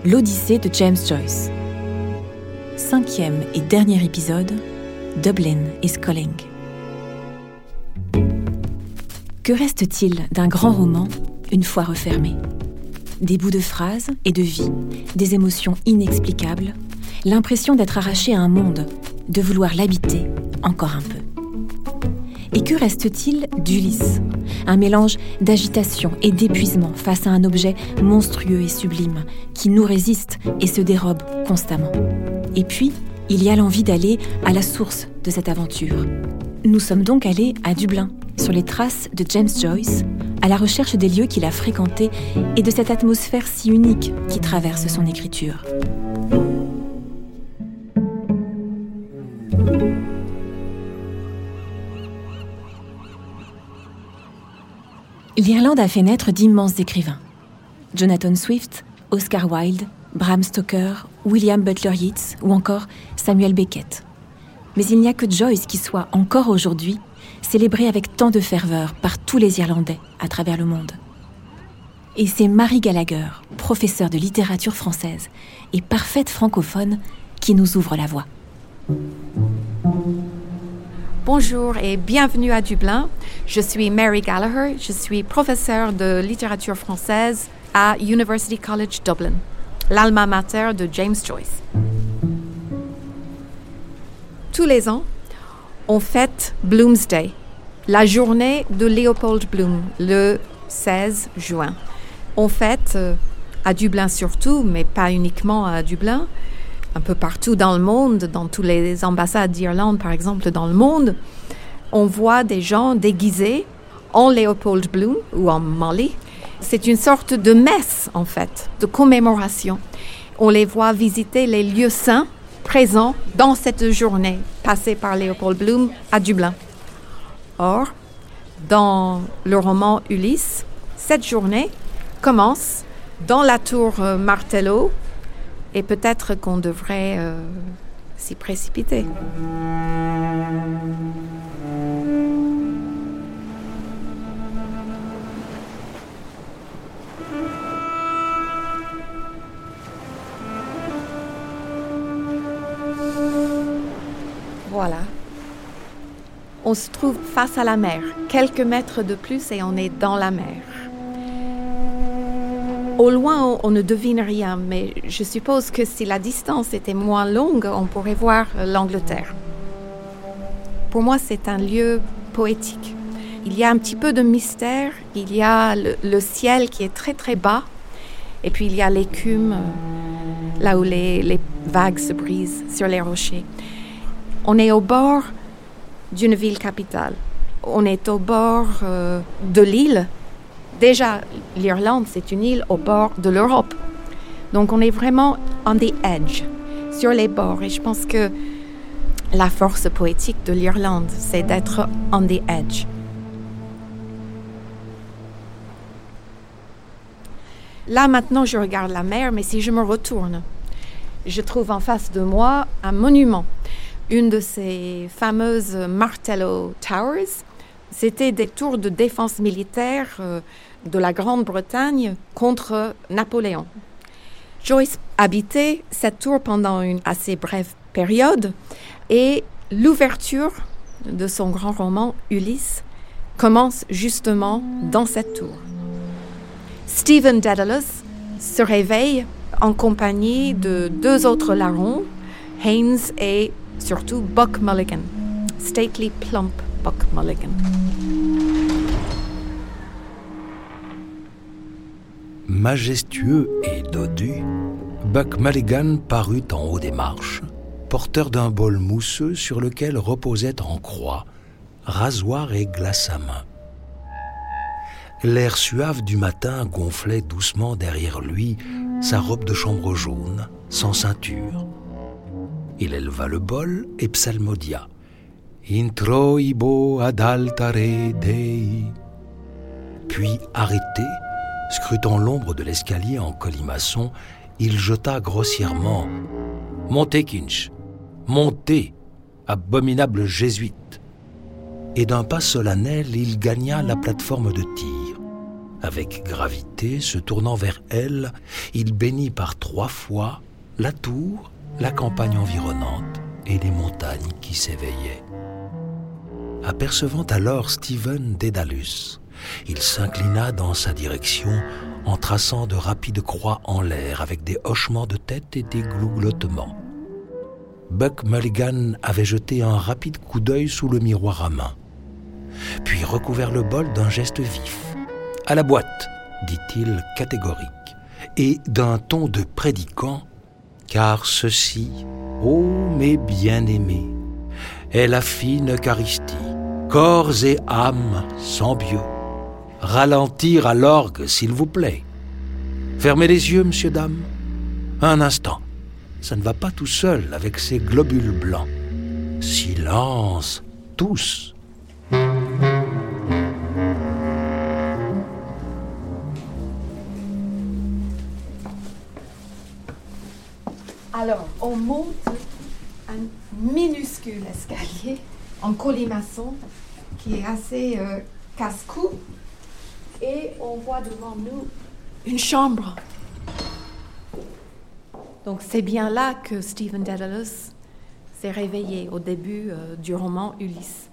l'Odyssée de James Joyce. 5e et dernier épisode, Dublin is Calling. Que reste-t-il d'un grand roman une fois refermé ? Des bouts de phrases et de vie, des émotions inexplicables, l'impression d'être arraché à un monde, de vouloir l'habiter encore un peu. Et que reste-t-il d'Ulysse ? Un mélange d'agitation et d'épuisement face à un objet monstrueux et sublime qui nous résiste et se dérobe constamment. Et puis, il y a l'envie d'aller à la source de cette aventure. Nous sommes donc allés à Dublin, sur les traces de James Joyce, à la recherche des lieux qu'il a fréquentés et de cette atmosphère si unique qui traverse son écriture. L'Irlande a fait naître d'immenses écrivains. Jonathan Swift, Oscar Wilde, Bram Stoker, William Butler Yeats ou encore Samuel Beckett. Mais il n'y a que Joyce qui soit, encore aujourd'hui, célébré avec tant de ferveur par tous les Irlandais à travers le monde. Et c'est Mary Gallagher, professeure de littérature française et parfaite francophone, qui nous ouvre la voie. Bonjour et bienvenue à Dublin. Je suis Mary Gallagher, je suis professeure de littérature française à University College Dublin, l'alma mater de James Joyce. Tous les ans, on fête Bloomsday, la journée de Leopold Bloom, le 16 juin. On fête à Dublin surtout, mais pas uniquement à Dublin, un peu partout dans le monde, dans toutes les ambassades d'Irlande, par exemple, dans le monde, on voit des gens déguisés en Leopold Bloom ou en Molly. C'est une sorte de messe, en fait, de commémoration. On les voit visiter les lieux saints présents dans cette journée passée par Leopold Bloom à Dublin. Or, dans le roman Ulysse, cette journée commence dans la tour Martello, et peut-être qu'on devrait s'y précipiter. Voilà. On se trouve face à la mer. Quelques mètres de plus et on est dans la mer. Au loin, on ne devine rien, mais je suppose que si la distance était moins longue, on pourrait voir l'Angleterre. Pour moi, c'est un lieu poétique. Il y a un petit peu de mystère, il y a le ciel qui est très très bas, et puis il y a l'écume, là où les vagues se brisent sur les rochers. On est au bord d'une ville capitale. On est au bord de l'île. Déjà, l'Irlande, c'est une île au bord de l'Europe. Donc, on est vraiment on the edge, sur les bords. Et je pense que la force poétique de l'Irlande, c'est d'être on the edge. Là, maintenant, je regarde la mer, mais si je me retourne, je trouve en face de moi un monument. Une de ces fameuses Martello Towers. C'était des tours de défense militaire de la Grande-Bretagne contre Napoléon. Joyce habitait cette tour pendant une assez brève période et l'ouverture de son grand roman Ulysse commence justement dans cette tour. Stephen Dedalus se réveille en compagnie de deux autres larrons, Haynes et surtout Buck Mulligan, Stately Plump Buck Mulligan. Majestueux et dodu, Buck Mulligan parut en haut des marches, porteur d'un bol mousseux sur lequel reposait en croix, rasoir et glace à main. L'air suave du matin gonflait doucement derrière lui sa robe de chambre jaune, sans ceinture. Il éleva le bol et psalmodia. Introibo ad altare Dei. Puis, arrêté, scrutant l'ombre de l'escalier en colimaçon, il jeta grossièrement « Montez, Kinch, montez, abominable jésuite !» Et d'un pas solennel, il gagna la plateforme de tir. Avec gravité, se tournant vers elle, il bénit par 3 fois la tour, la campagne environnante et les montagnes qui s'éveillaient. Apercevant alors Stephen Dédalus, il s'inclina dans sa direction en traçant de rapides croix en l'air avec des hochements de tête et des glouglotements. Buck Mulligan avait jeté un rapide coup d'œil sous le miroir à main, puis recouvert le bol d'un geste vif. « À la boîte !» dit-il catégorique, et d'un ton de prédicant, « car ceci, ô mes bien-aimés, est la fine Eucharistie, corps et âme sans bieux. Ralentir à l'orgue, s'il vous plaît. Fermez les yeux, monsieur, dame. Un instant. Ça ne va pas tout seul avec ces globules blancs. Silence, tous. Alors, on monte un minuscule escalier en colimaçon qui est assez casse-cou et on voit devant nous une chambre. Donc c'est bien là que Stephen Dedalus s'est réveillé au début du roman Ulysse.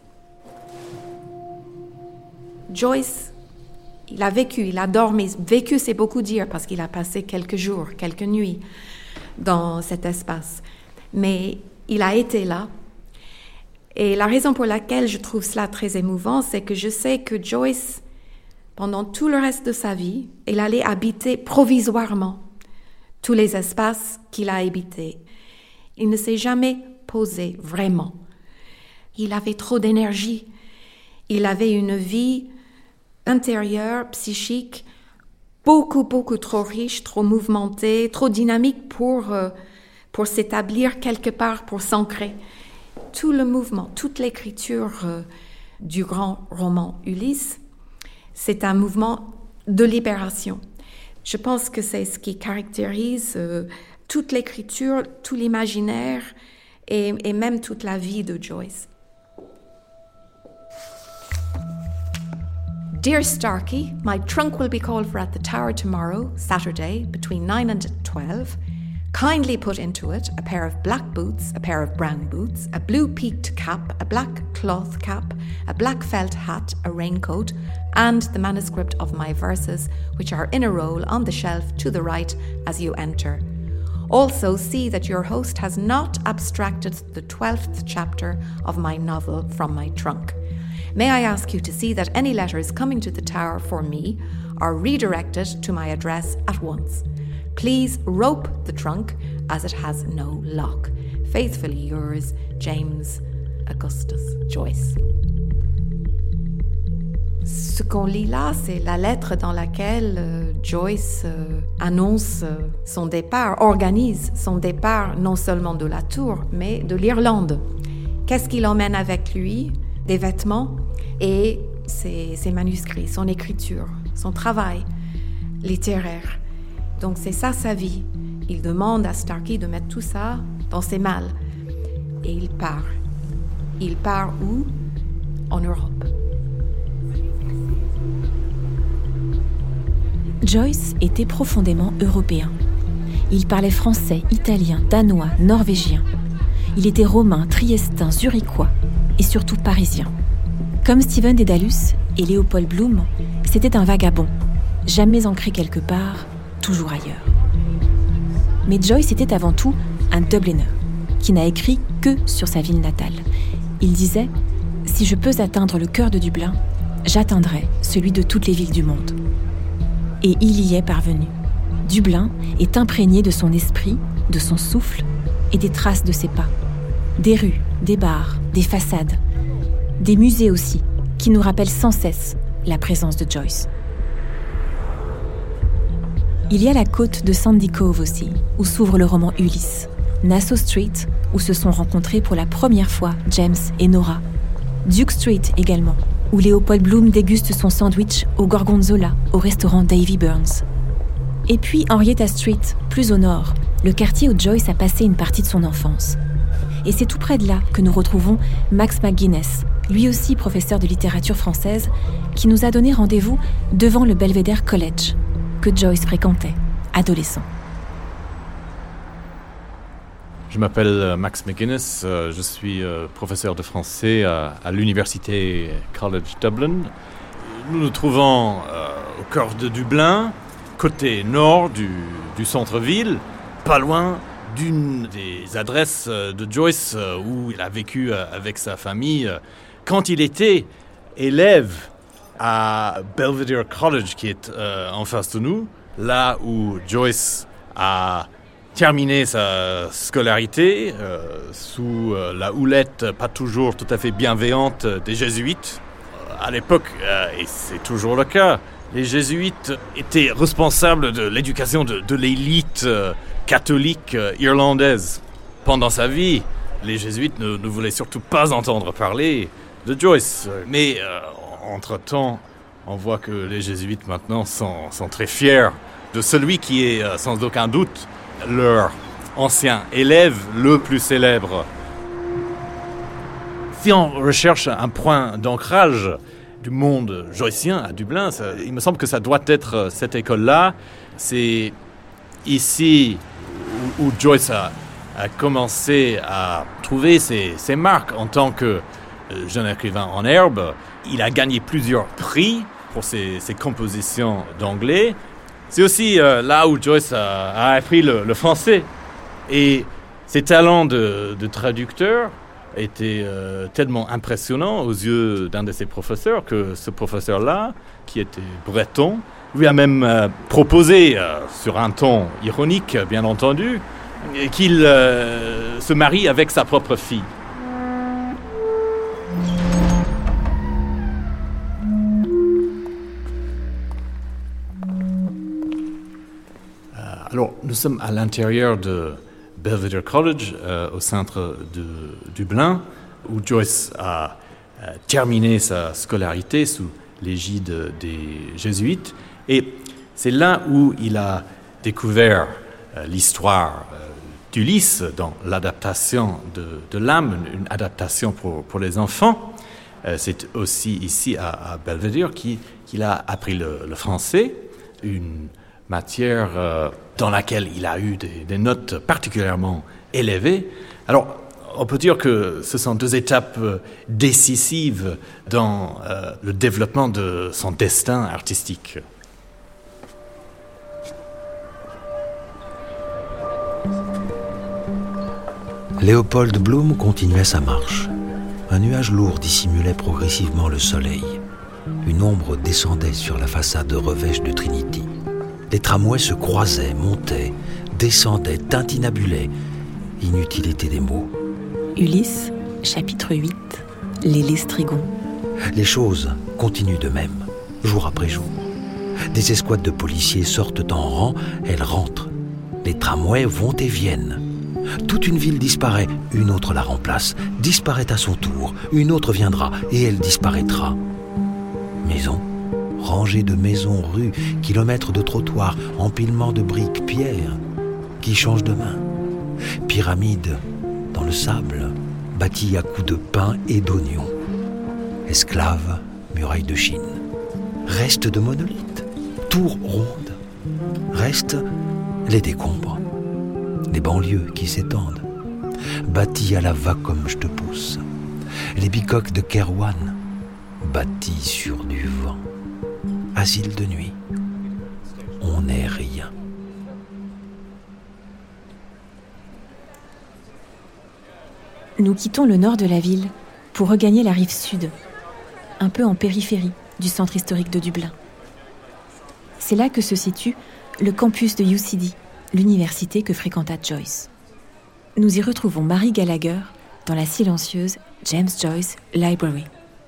Joyce, il a vécu, il a dormi. Vécu, c'est beaucoup dire parce qu'il a passé quelques jours, quelques nuits dans cet espace. Mais il a été là. Et la raison pour laquelle je trouve cela très émouvant, c'est que je sais que Joyce, pendant tout le reste de sa vie, il allait habiter provisoirement tous les espaces qu'il a habités. Il ne s'est jamais posé vraiment. Il avait trop d'énergie. Il avait une vie intérieure, psychique, beaucoup trop riche, trop mouvementée, trop dynamique pour s'établir quelque part, pour s'ancrer. Tout le mouvement, toute l'écriture du grand roman Ulysse, c'est un mouvement de libération. Je pense que c'est ce qui caractérise toute l'écriture, tout l'imaginaire et même toute la vie de Joyce. Dear Starkey, my trunk will be called for at the tower tomorrow, Saturday, between 9 and 12. Kindly put into it a pair of black boots, a pair of brown boots, a blue peaked cap, a black cloth cap, a black felt hat, a raincoat, and the manuscript of my verses, which are in a roll on the shelf to the right as you enter. Also see that your host has not abstracted the 12th chapter of my novel from my trunk. May I ask you to see that any letters coming to the tower for me are redirected to my address at once. Please rope the trunk as it has no lock. Faithfully yours, James Augustus Joyce. Ce qu'on lit là, c'est la lettre dans laquelle Joyce annonce son départ, organise son départ non seulement de la tour, mais de l'Irlande. Qu'est-ce qu'il emmène avec lui ? Des vêtements et ses manuscrits, son écriture, son travail littéraire. Donc c'est ça sa vie. Il demande à Starkey de mettre tout ça dans ses malles. Et il part. Il part où ? En Europe. Joyce était profondément européen. Il parlait français, italien, danois, norvégien. Il était romain, triestin, zurichois et surtout parisien. Comme Stephen Dedalus et Léopold Bloom, c'était un vagabond, jamais ancré quelque part, toujours ailleurs. Mais Joyce était avant tout un Dubliner, qui n'a écrit que sur sa ville natale. Il disait « Si je peux atteindre le cœur de Dublin, j'atteindrai celui de toutes les villes du monde. » Et il y est parvenu. Dublin est imprégné de son esprit, de son souffle et des traces de ses pas. Des rues, des bars, des façades, des musées aussi, qui nous rappellent sans cesse la présence de Joyce. Il y a la côte de Sandy Cove aussi, où s'ouvre le roman Ulysse. Nassau Street, où se sont rencontrés pour la première fois James et Nora. Duke Street également, où Léopold Bloom déguste son sandwich au Gorgonzola, au restaurant Davy Burns. Et puis Henrietta Street, plus au nord, le quartier où Joyce a passé une partie de son enfance. Et c'est tout près de là que nous retrouvons Max McGuinness, lui aussi professeur de littérature française, qui nous a donné rendez-vous devant le Belvedere College, que Joyce fréquentait, adolescent. Je m'appelle Max McGuinness, je suis professeur de français à l'Université College Dublin. Nous nous trouvons au cœur de Dublin, côté nord du centre-ville, pas loin d'une des adresses de Joyce où il a vécu avec sa famille quand il était élève à Belvedere College, qui est en face de nous, là où Joyce a terminé sa scolarité sous la houlette pas toujours tout à fait bienveillante des jésuites. À l'époque, et c'est toujours le cas, les jésuites étaient responsables de l'éducation de l'élite catholique irlandaise. Pendant sa vie, les jésuites ne voulaient surtout pas entendre parler de Joyce. Mais entre-temps, on voit que les jésuites maintenant sont très fiers de celui qui est sans aucun doute leur ancien élève le plus célèbre. Si on recherche un point d'ancrage du monde joycien à Dublin, il me semble que ça doit être cette école-là. C'est ici où Joyce a commencé à trouver ses marques en tant que jeune écrivain en herbe. Il a gagné plusieurs prix pour ses compositions d'anglais. C'est aussi là où Joyce a appris le français. Et ses talents de traducteur étaient tellement impressionnants aux yeux d'un de ses professeurs que ce professeur-là, qui était breton, lui a même proposé, sur un ton ironique bien entendu, qu'il se marie avec sa propre fille. Alors, nous sommes à l'intérieur de Belvedere College, au centre de Dublin, où Joyce a terminé sa scolarité sous l'égide des jésuites. Et c'est là où il a découvert l'histoire d'Ulysse dans l'adaptation de l'âme, une adaptation pour les enfants. C'est aussi ici à Belvedere qu'il a appris le français, une matière dans laquelle il a eu des notes particulièrement élevées. Alors, on peut dire que ce sont deux étapes décisives dans le développement de son destin artistique. Léopold Bloom continuait sa marche. Un nuage lourd dissimulait progressivement le soleil. Une ombre descendait sur la façade revêche de Trinity. Les tramways se croisaient, montaient, descendaient, tintinabulaient. Inutilité des mots. Ulysse, chapitre 8, les Lestrigons. Les choses continuent de même, jour après jour. Des escouades de policiers sortent en rang, elles rentrent. Les tramways vont et viennent. Toute une ville disparaît, une autre la remplace, disparaît à son tour, une autre viendra et elle disparaîtra. Maisons, rangées de maisons, rues, kilomètres de trottoirs, empilements de briques, pierres, qui changent de main. Pyramides dans le sable, bâties à coups de pain et d'oignons. Esclaves, murailles de Chine. Restes de monolithes, tours rondes. Restent les décombres. Des banlieues qui s'étendent, bâties à la va comme je te pousse. Les bicoques de Kerouan, bâties sur du vent. Asile de nuit, on n'est rien. Nous quittons le nord de la ville pour regagner la rive sud, un peu en périphérie du centre historique de Dublin. C'est là que se situe le campus de UCD, l'université que fréquenta Joyce. Nous y retrouvons Mary Gallagher dans la silencieuse James Joyce Library.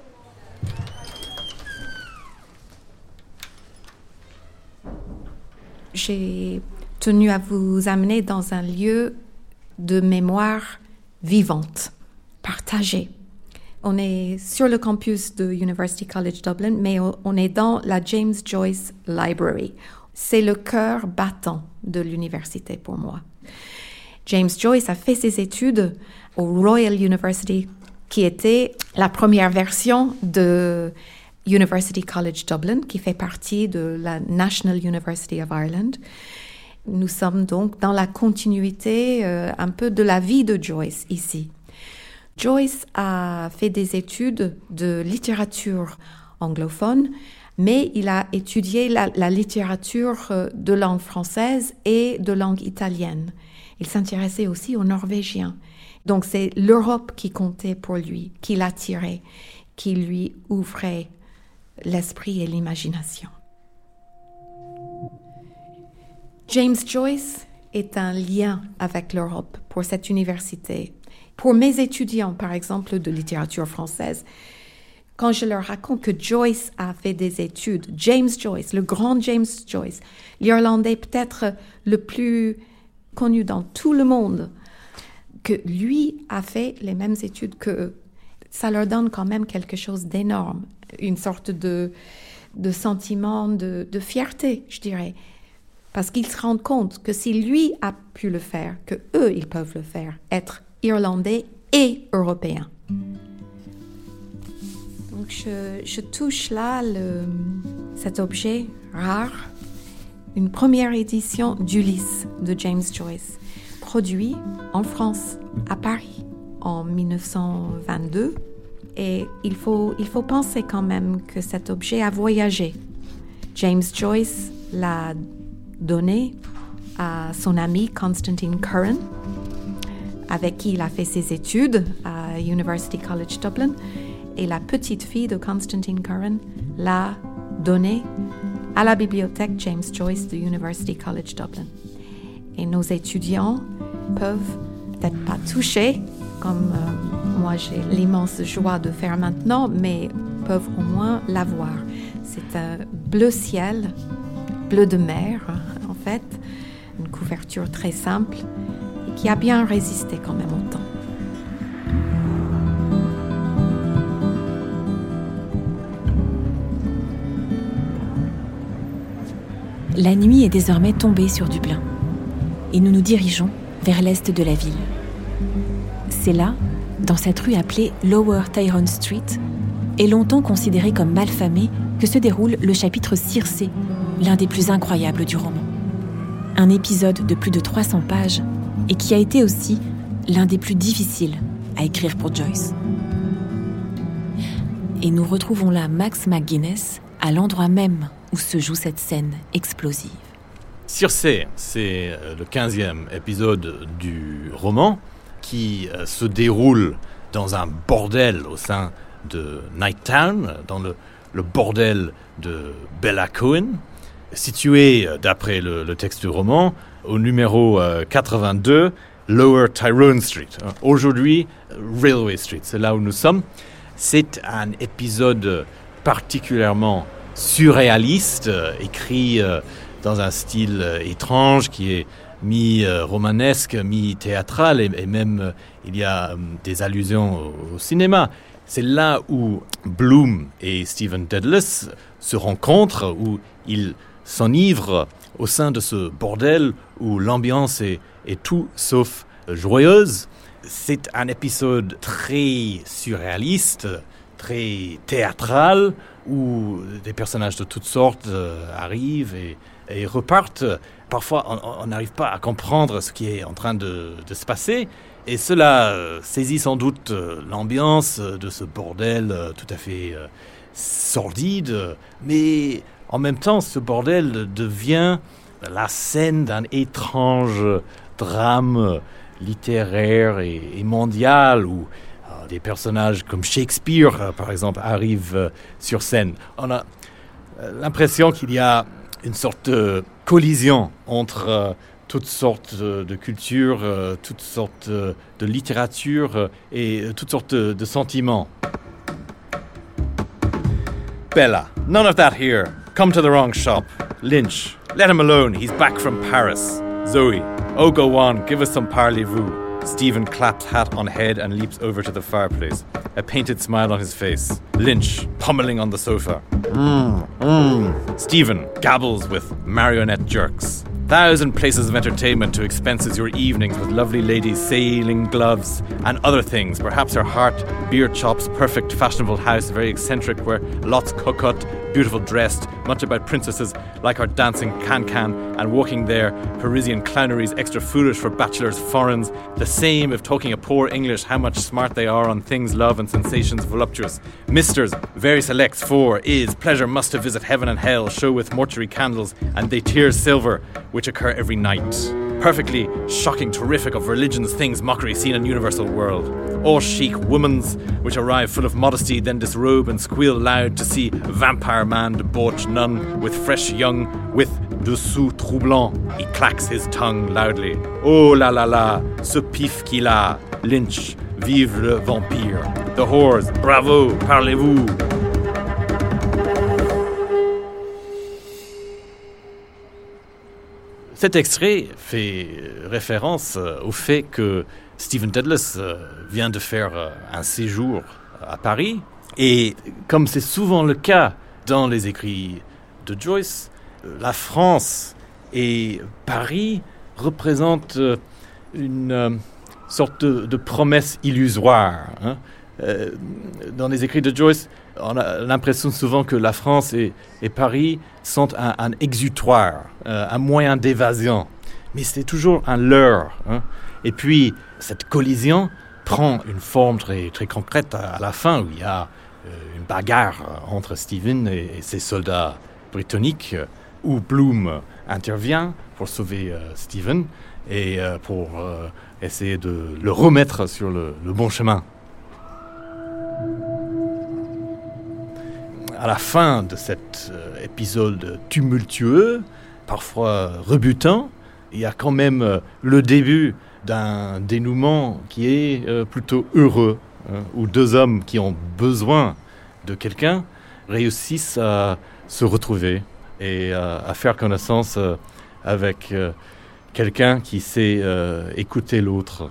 J'ai tenu à vous amener dans un lieu de mémoire vivante, partagée. On est sur le campus de University College Dublin, mais on est dans la James Joyce Library. C'est le cœur battant de l'université pour moi. James Joyce a fait ses études au Royal University qui était la première version de University College Dublin, qui fait partie de la National University of Ireland. Nous sommes donc dans la continuité un peu de la vie de Joyce ici. Joyce a fait des études de littérature anglophone, mais il a étudié la littérature de langue française et de langue italienne. Il s'intéressait aussi aux Norvégiens. Donc c'est l'Europe qui comptait pour lui, qui l'attirait, qui lui ouvrait l'esprit et l'imagination. James Joyce est un lien avec l'Europe pour cette université. Pour mes étudiants, par exemple, de littérature française, quand je leur raconte que Joyce a fait des études, James Joyce, le grand James Joyce, l'Irlandais peut-être le plus connu dans tout le monde, que lui a fait les mêmes études qu'eux, ça leur donne quand même quelque chose d'énorme, une sorte de sentiment de fierté, je dirais. Parce qu'ils se rendent compte que si lui a pu le faire, que eux, ils peuvent le faire, être irlandais et européens. Donc je touche là cet objet rare, une première édition d'Ulysse de James Joyce, produit en France, à Paris, en 1922. Et il faut penser quand même que cet objet a voyagé. James Joyce l'a donné à son ami Constantine Curran, avec qui il a fait ses études à University College Dublin. Et la petite fille de Constantine Curran l'a donné à la bibliothèque James Joyce de University College Dublin. Et nos étudiants peuvent peut-être pas toucher, comme moi j'ai l'immense joie de faire maintenant, mais peuvent au moins la voir. C'est un bleu ciel, bleu de mer en fait, une couverture très simple et qui a bien résisté quand même au temps. La nuit est désormais tombée sur Dublin et nous nous dirigeons vers l'est de la ville. C'est là, dans cette rue appelée Lower Tyrone Street, et longtemps considérée comme malfamée, que se déroule le chapitre Circé, l'un des plus incroyables du roman. Un épisode de plus de 300 pages et qui a été aussi l'un des plus difficiles à écrire pour Joyce. Et nous retrouvons là Max McGuinness à l'endroit même où se joue cette scène explosive. Circé, c'est le 15e épisode du roman qui se déroule dans un bordel au sein de Nighttown, dans le bordel de Bella Cohen, situé, d'après le texte du roman, au numéro 82, Lower Tyrone Street. Aujourd'hui, Railway Street, c'est là où nous sommes. C'est un épisode particulièrement surréaliste, écrit dans un style étrange qui est mi-romanesque, mi-théâtral, et même il y a des allusions au cinéma. C'est là où Bloom et Stephen Dedalus se rencontrent, où ils s'enivrent au sein de ce bordel où l'ambiance est tout sauf joyeuse. C'est un épisode très surréaliste, très théâtral, où des personnages de toutes sortes arrivent et repartent. Parfois, on n'arrive pas à comprendre ce qui est en train de se passer. Et cela saisit sans doute l'ambiance de ce bordel tout à fait sordide. Mais en même temps, ce bordel devient la scène d'un étrange drame littéraire et mondial où des personnages comme Shakespeare, par exemple, arrivent sur scène. On a l'impression qu'il y a une sorte de collision entre toutes sortes de cultures, toutes sortes de littérature et toutes sortes de sentiments. Bella, none of that here. Come to the wrong shop. Lynch, let him alone. He's back from Paris. Zoe, oh go on, give us some parlez-vous. Stephen claps hat on head and leaps over to the fireplace, a painted smile on his face. Lynch, pummeling on the sofa. Stephen gabbles with marionette jerks. 1,000 places of entertainment to expenses your evenings with lovely ladies, sailing gloves, and other things. Perhaps her heart, beer chops, perfect fashionable house, very eccentric, where lots cocotte, beautiful dressed, much about princesses, like her dancing can-can, and walking there, Parisian clowneries, extra foolish for bachelors, foreigns, the same if talking a poor English, how much smart they are on things, love, and sensations voluptuous. Misters, very selects for, is, pleasure must to visit heaven and hell, show with mortuary candles, and they tears silver, which occur every night. Perfectly shocking, terrific of religions, things, mockery seen in universal world. All chic womans, which arrive full of modesty, then disrobe and squeal loud to see vampire man, debauched nun, with fresh young, with dessous troublant. He clacks his tongue loudly. Oh la la la, ce pif qu'il a, Lynch, vive le vampire. The whores, bravo, parlez-vous. Cet extrait fait référence au fait que Stephen Dedalus vient de faire un séjour à Paris. Et comme c'est souvent le cas dans les écrits de Joyce, la France et Paris représentent une sorte de promesse illusoire. Dans les écrits de Joyce, on a l'impression souvent que la France et Paris sont un exutoire, un moyen d'évasion. Mais c'est toujours un leurre. Et puis, cette collision prend une forme très, très concrète à la fin, où il y a une bagarre entre Stephen et ses soldats britanniques, où Bloom intervient pour sauver Stephen et pour essayer de le remettre sur le bon chemin. À la fin de cet épisode tumultueux, parfois rebutant, il y a quand même le début d'un dénouement qui est plutôt heureux, où deux hommes qui ont besoin de quelqu'un réussissent à se retrouver et à faire connaissance avec quelqu'un qui sait écouter l'autre.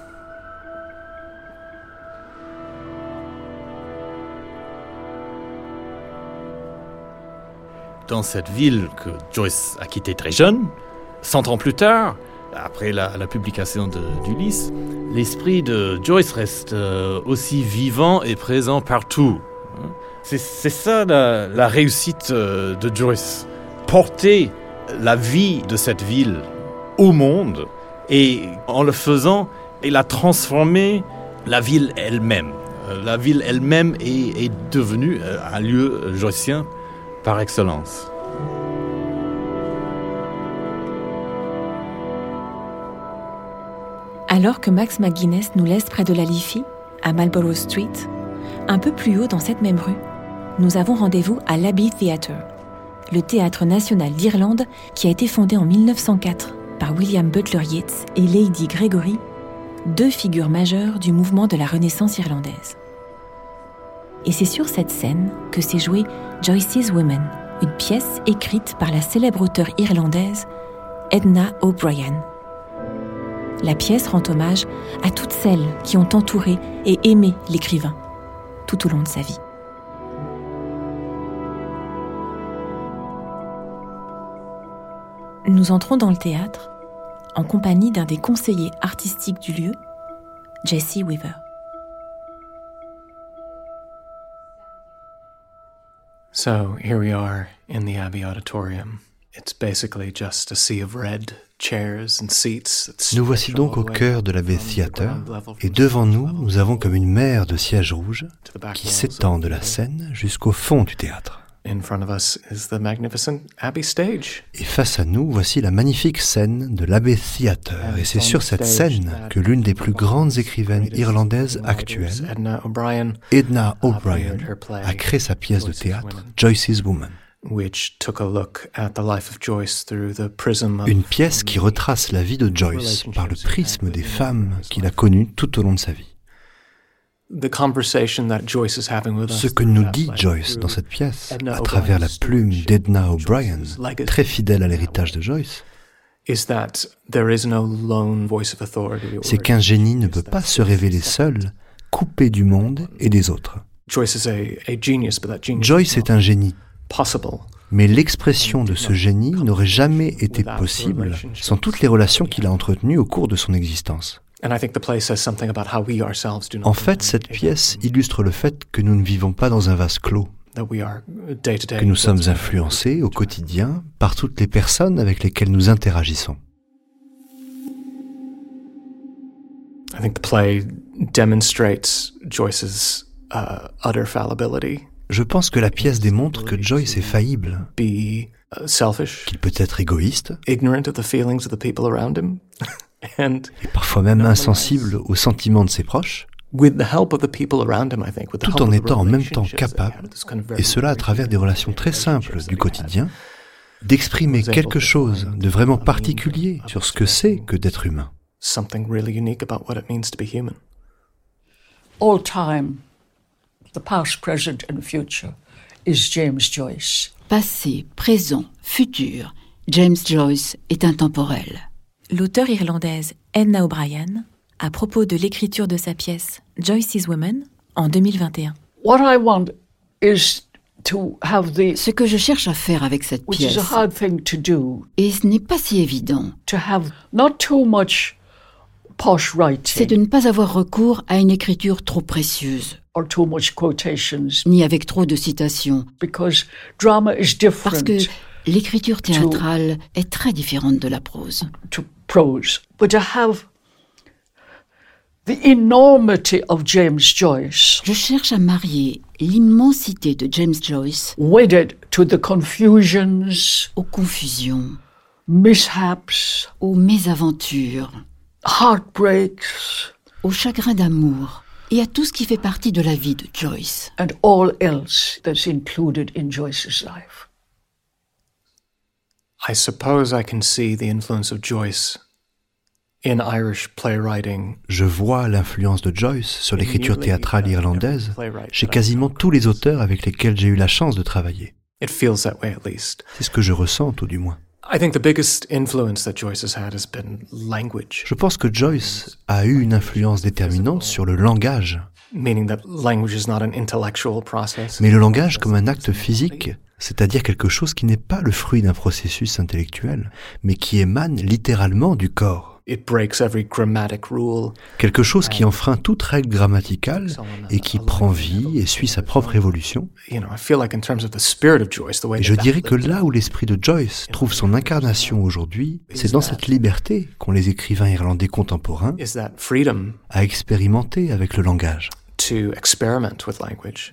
Dans cette ville que Joyce a quittée très jeune, 100 ans plus tard, après la publication d'Ulysse, l'esprit de Joyce reste aussi vivant et présent partout. C'est ça la réussite de Joyce. Porter la vie de cette ville au monde et en le faisant, elle a transformé la ville elle-même. La ville elle-même est devenue un lieu joycien par excellence. Alors que Max McGuinness nous laisse près de la Liffey, à Marlborough Street, un peu plus haut dans cette même rue, nous avons rendez-vous à l'Abbey Theatre, le théâtre national d'Irlande qui a été fondé en 1904 par William Butler Yeats et Lady Gregory, deux figures majeures du mouvement de la Renaissance irlandaise. Et c'est sur cette scène que s'est jouée Joyce's Women, une pièce écrite par la célèbre auteure irlandaise Edna O'Brien. La pièce rend hommage à toutes celles qui ont entouré et aimé l'écrivain tout au long de sa vie. Nous entrons dans le théâtre en compagnie d'un des conseillers artistiques du lieu, Jesse Weaver. So here we are in the Abbey Auditorium. It's basically just a sea of red, chairs and seats. Nous voici donc au cœur de l'Abbey Theatre, et devant nous, nous avons comme une mer de sièges rouges qui s'étend de la scène jusqu'au fond du théâtre. In front of us is the magnificent Abbey stage. Et face à nous, voici la magnifique scène de l'Abbey Theatre. Et c'est sur cette scène que l'une des plus grandes écrivaines irlandaises actuelles, Edna O'Brien, a créé sa pièce de théâtre, Joyce's Women. Une pièce qui retrace la vie de Joyce par le prisme des femmes qu'il a connues tout au long de sa vie. Ce que nous dit Joyce dans cette pièce, à travers la plume d'Edna O'Brien, très fidèle à l'héritage de Joyce, c'est qu'un génie ne peut pas se révéler seul, coupé du monde et des autres. Joyce est un génie, Mais l'expression de ce génie n'aurait jamais été possible sans toutes les relations qu'il a entretenues au cours de son existence. En fait, cette pièce illustre le fait que nous ne vivons pas dans un vase clos, que nous sommes influencés au quotidien par toutes les personnes avec lesquelles nous interagissons. I think the play demonstrates Joyce's utter fallibility. Je pense que la pièce démontre que Joyce est faillible, Be selfish, qu'il peut être égoïste, ignorant of the feelings of the people around him, and et parfois même insensible aux sentiments de ses proches, with the help of the people around him, I think, with the tout help en of the étant en même temps relationships that he capable, had, this kind of very et cela à travers des relations très simples du quotidien, d'exprimer quelque chose de vraiment particulier sur ce que c'est que d'être humain. something really unique about what it means to be human. All time, the past, present and future is James Joyce. Passé, présent, futur, James Joyce est intemporel. L'auteure irlandaise Edna O'Brien, à propos de l'écriture de sa pièce Joyce's Woman, en 2021. What I want is to have the, Ce que je cherche à faire avec cette which is pièce, a hard thing to do, et ce n'est pas si évident, to have not too much posh c'est writing de ne pas avoir recours à une écriture trop précieuse, or too much quotations, ni avec trop de citations, because drama is parce different que l'écriture théâtrale est très différente de la prose. to prose. But to have the enormity of James Joyce Je cherche à marier l'immensité de James Joyce wedded to the confusions, aux confusions, mishaps, aux mésaventures, heartbreaks, aux chagrins d'amour et à tout ce qui fait partie de la vie de Joyce. and all else that's included in Joyce's life. I suppose I can see the influence of Joyce in Irish playwriting. Je vois l'influence de Joyce sur l'écriture théâtrale irlandaise chez quasiment tous les auteurs avec lesquels j'ai eu la chance de travailler. It feels that way, at least. C'est ce que je ressens, tout du moins. I think the biggest influence that Joyce has had has been language, Je pense que Joyce a eu une influence déterminante sur le langage, meaning that language is not an intellectual process. mais le langage comme un acte physique, c'est-à-dire quelque chose qui n'est pas le fruit d'un processus intellectuel, mais qui émane littéralement du corps. It breaks every grammatic rule. Quelque chose qui enfreint toute règle grammaticale et qui prend vie et suit sa propre évolution. You know, I feel like in terms of the spirit of Joyce, the way Et je that dirais que là où l'esprit de Joyce trouve son incarnation aujourd'hui, c'est dans cette liberté qu'ont les écrivains irlandais contemporains is that freedom à expérimenter avec le langage. to experiment with language.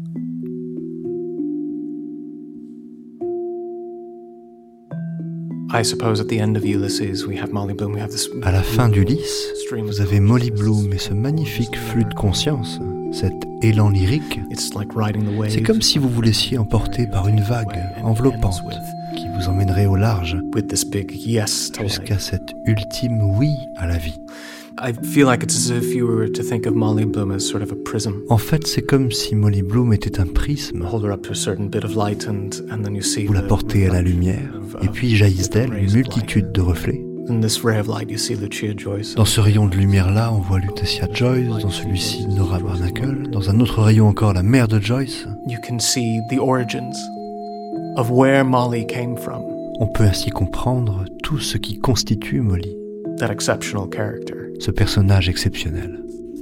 I suppose at the end of Ulysses, we have Molly Bloom, we have this... À la fin d'Ulysse, vous avez Molly Bloom et ce magnifique flux de conscience, cet élan lyrique. It's like riding the wave. C'est comme si vous vous laissiez emporter par une vague enveloppante qui vous emmènerait au large With this big yes to life. jusqu'à cet ultime oui à la vie. I feel like it's as if you were to think of Molly Bloom as sort of a prism. En fait, c'est comme si Molly Bloom était un prisme. Hold her up to a certain bit of light and then you see Vous la the portez à la lumière, et puis jaillissent d'elle rays une of multitude de reflets. light. In this ray of light, you see Lucia Joyce. Dans ce rayon de lumière-là, on voit Lutetia Joyce, dans celui-ci Nora Barnacle, dans un autre rayon encore la mère de Joyce. You can see the origins of where Molly came from, On peut ainsi comprendre tout ce qui constitue Molly, that exceptional character. ce personnage exceptionnel.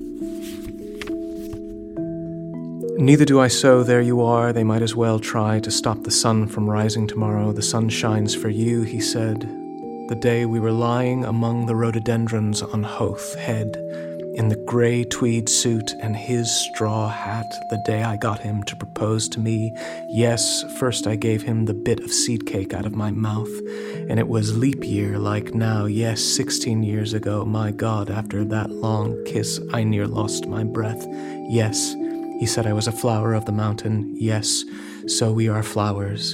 Neither do I, so there you are. They might as well try to stop the sun from rising tomorrow. The sun shines for you, he said. The day we were lying among the rhododendrons on Howth Head, in the grey tweed suit and his straw hat, the day I got him to propose to me. Yes, first I gave him the bit of seed cake out of my mouth, and it was leap year like now. Yes, 16 years ago. My God, after that long kiss, I near lost my breath. Yes, he said I was a flower of the mountain. Yes, so we are flowers.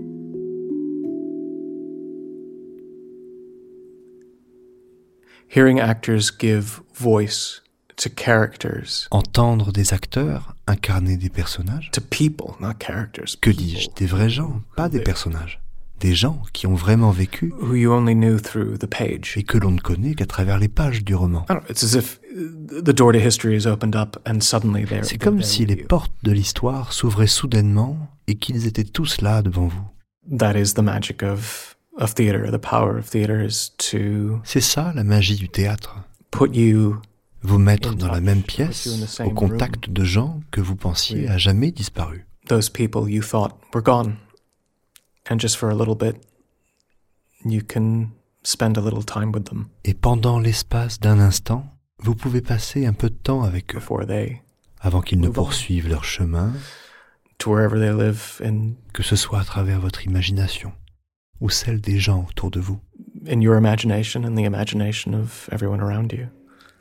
Hearing actors give voice to characters, Entendre des acteurs incarner des personnages. to people, not characters. Que dis-je? Des vrais gens, pas des personnages. Des gens qui ont vraiment vécu Who you only knew through the page. et que l'on ne connaît qu'à travers les pages du roman. I don't know, it's as if the door to history is opened up and suddenly C'est comme si les portes portes de l'histoire s'ouvraient soudainement et qu'ils étaient tous là devant vous. That is the magic of theater. The power of theater is to C'est ça la magie du théâtre. put you Vous mettre dans la même pièce, au contact de gens que vous pensiez à jamais disparus. those people you thought were gone. And just for a little bit, you can spend a little time with them Et pendant l'espace d'un instant, vous pouvez passer un peu de temps avec eux, before they avant qu'ils ne Move on. poursuivent leur chemin, to wherever they live que ce soit à travers votre imagination ou celle des gens autour de vous. in your imagination and the imagination of everyone around you.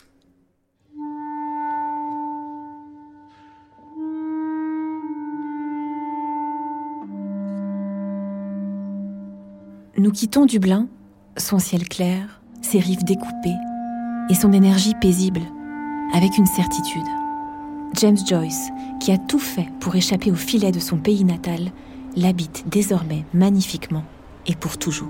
Nous quittons Dublin, son ciel clair, ses rives découpées et son énergie paisible, avec une certitude. James Joyce, qui a tout fait pour échapper au filet de son pays natal, l'habite désormais magnifiquement et pour toujours.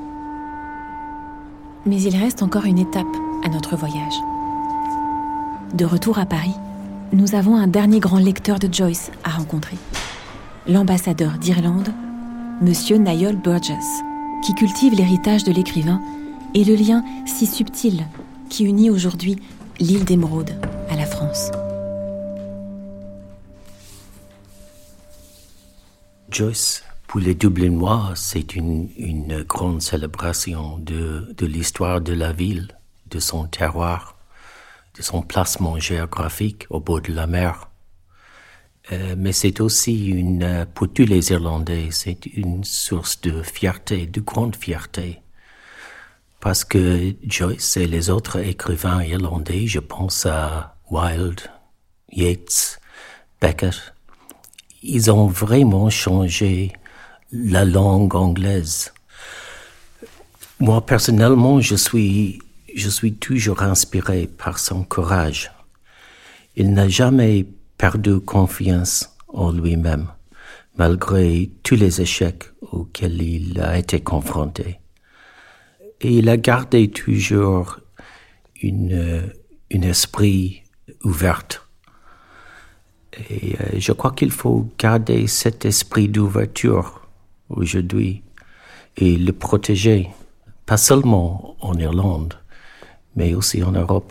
Mais il reste encore une étape à notre voyage. De retour à Paris, nous avons un dernier grand lecteur de Joyce à rencontrer. L'ambassadeur d'Irlande, Monsieur Niall Burgess, qui cultive l'héritage de l'écrivain et le lien si subtil qui unit aujourd'hui l'île d'Émeraude à la France. Joyce, pour les Dublinois, c'est une grande célébration de l'histoire de la ville, de son terroir, de son placement géographique au bord de la mer. Mais c'est aussi pour tous les Irlandais, c'est une source de fierté, de grande fierté. Parce que Joyce et les autres écrivains irlandais, je pense à Wilde, Yeats, Beckett, ils ont vraiment changé la langue anglaise. Moi, personnellement, je suis toujours inspiré par son courage. Il n'a jamais perdu confiance en lui-même, malgré tous les échecs auxquels il a été confronté. Et il a gardé toujours un esprit ouvert. Et je crois qu'il faut garder cet esprit d'ouverture aujourd'hui et le protéger, pas seulement en Irlande, mais aussi en Europe.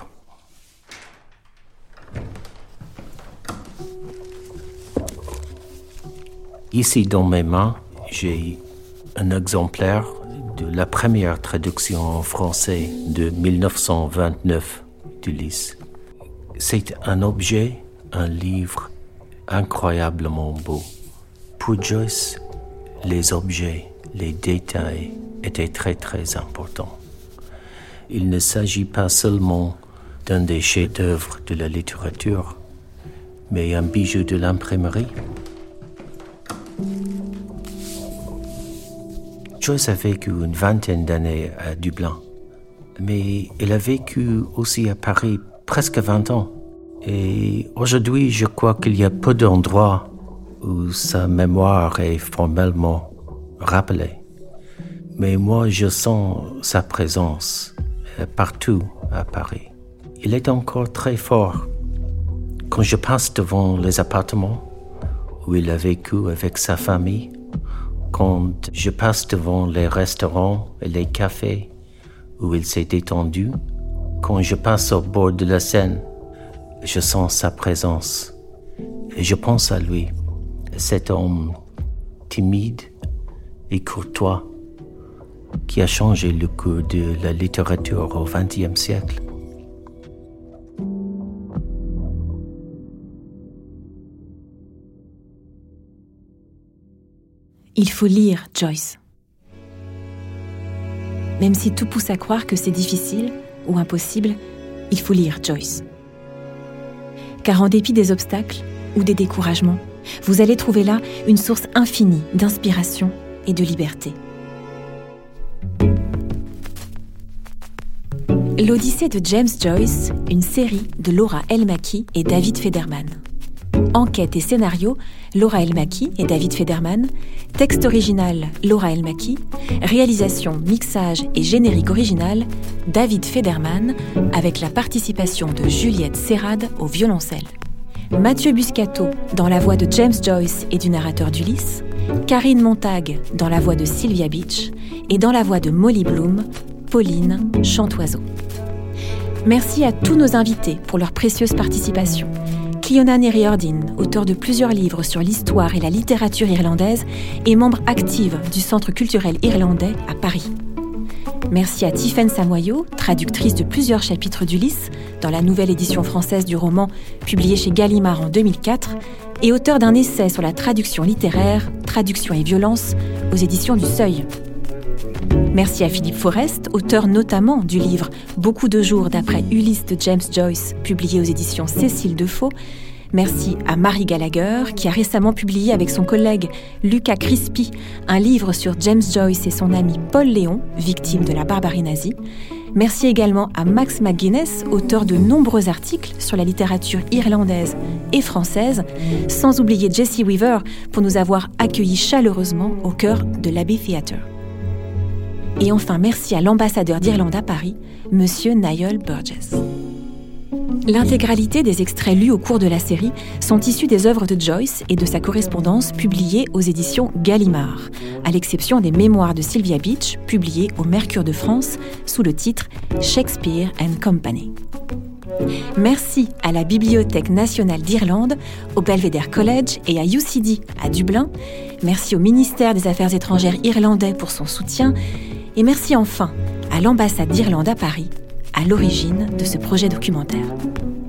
Ici, dans mes mains, j'ai un exemplaire de la première traduction en français de 1929 d'Ulysse. C'est un objet, un livre incroyablement beau. Pour Joyce, les objets, les détails étaient très très importants. Il ne s'agit pas seulement d'un des chefs-d'œuvre de la littérature, mais un bijou de l'imprimerie. Joyce a vécu une vingtaine d'années à Dublin, mais elle a vécu aussi à Paris presque 20 ans. Et aujourd'hui, je crois qu'il y a peu d'endroits où sa mémoire est formellement rappelée. Mais moi, je sens sa présence partout à Paris. Il est encore très fort. Quand je passe devant les appartements où il a vécu avec sa famille, quand je passe devant les restaurants et les cafés où il s'est détendu, quand je passe au bord de la Seine, je sens sa présence et je pense à lui, cet homme timide et courtois qui a changé le cours de la littérature au XXe siècle. Il faut lire Joyce. Même si tout pousse à croire que c'est difficile ou impossible, il faut lire Joyce. Car en dépit des obstacles ou des découragements, vous allez trouver là une source infinie d'inspiration et de liberté. L'Odyssée de James Joyce, une série de Laura El-Maki et David Federman. Enquête et scénario, Laura El-Maki et David Federman. Texte original, Laura El-Maki. Réalisation, mixage et générique original, David Federman, avec la participation de Juliette Serrade au violoncelle. Mathieu Buscato dans la voix de James Joyce et du narrateur d'Ulysse. Karine Montag dans la voix de Sylvia Beach et dans la voix de Molly Bloom, Pauline Chantoiseau. Merci à tous nos invités pour leur précieuse participation. Cleona Riordan, auteure de plusieurs livres sur l'histoire et la littérature irlandaise et membre active du Centre culturel irlandais à Paris. Merci à Tiffaine Samoyau, traductrice de plusieurs chapitres d'Ulysse dans la nouvelle édition française du roman publiée chez Gallimard en 2004 et auteur d'un essai sur la traduction littéraire, traduction et violence aux éditions du Seuil. Merci à Philippe Forest, auteur notamment du livre « Beaucoup de jours d'après Ulysse » de James Joyce, publié aux éditions Cécile Defaux. Merci à Marie Gallagher, qui a récemment publié avec son collègue Lucas Crispi un livre sur James Joyce et son ami Paul Léon, victime de la barbarie nazie. Merci également à Max McGuinness, auteur de nombreux articles sur la littérature irlandaise et française, sans oublier Jessie Weaver pour nous avoir accueillis chaleureusement au cœur de l'Abbey Theatre. Et enfin, merci à l'ambassadeur d'Irlande à Paris, Monsieur Niall Burgess. L'intégralité des extraits lus au cours de la série sont issus des œuvres de Joyce et de sa correspondance publiée aux éditions Gallimard, à l'exception des mémoires de Sylvia Beach, publiées au Mercure de France sous le titre Shakespeare and Company. Merci à la Bibliothèque nationale d'Irlande, au Belvedere College et à UCD à Dublin. Merci au ministère des Affaires étrangères irlandais pour son soutien. Et merci enfin à l'ambassade d'Irlande à Paris, à l'origine de ce projet documentaire.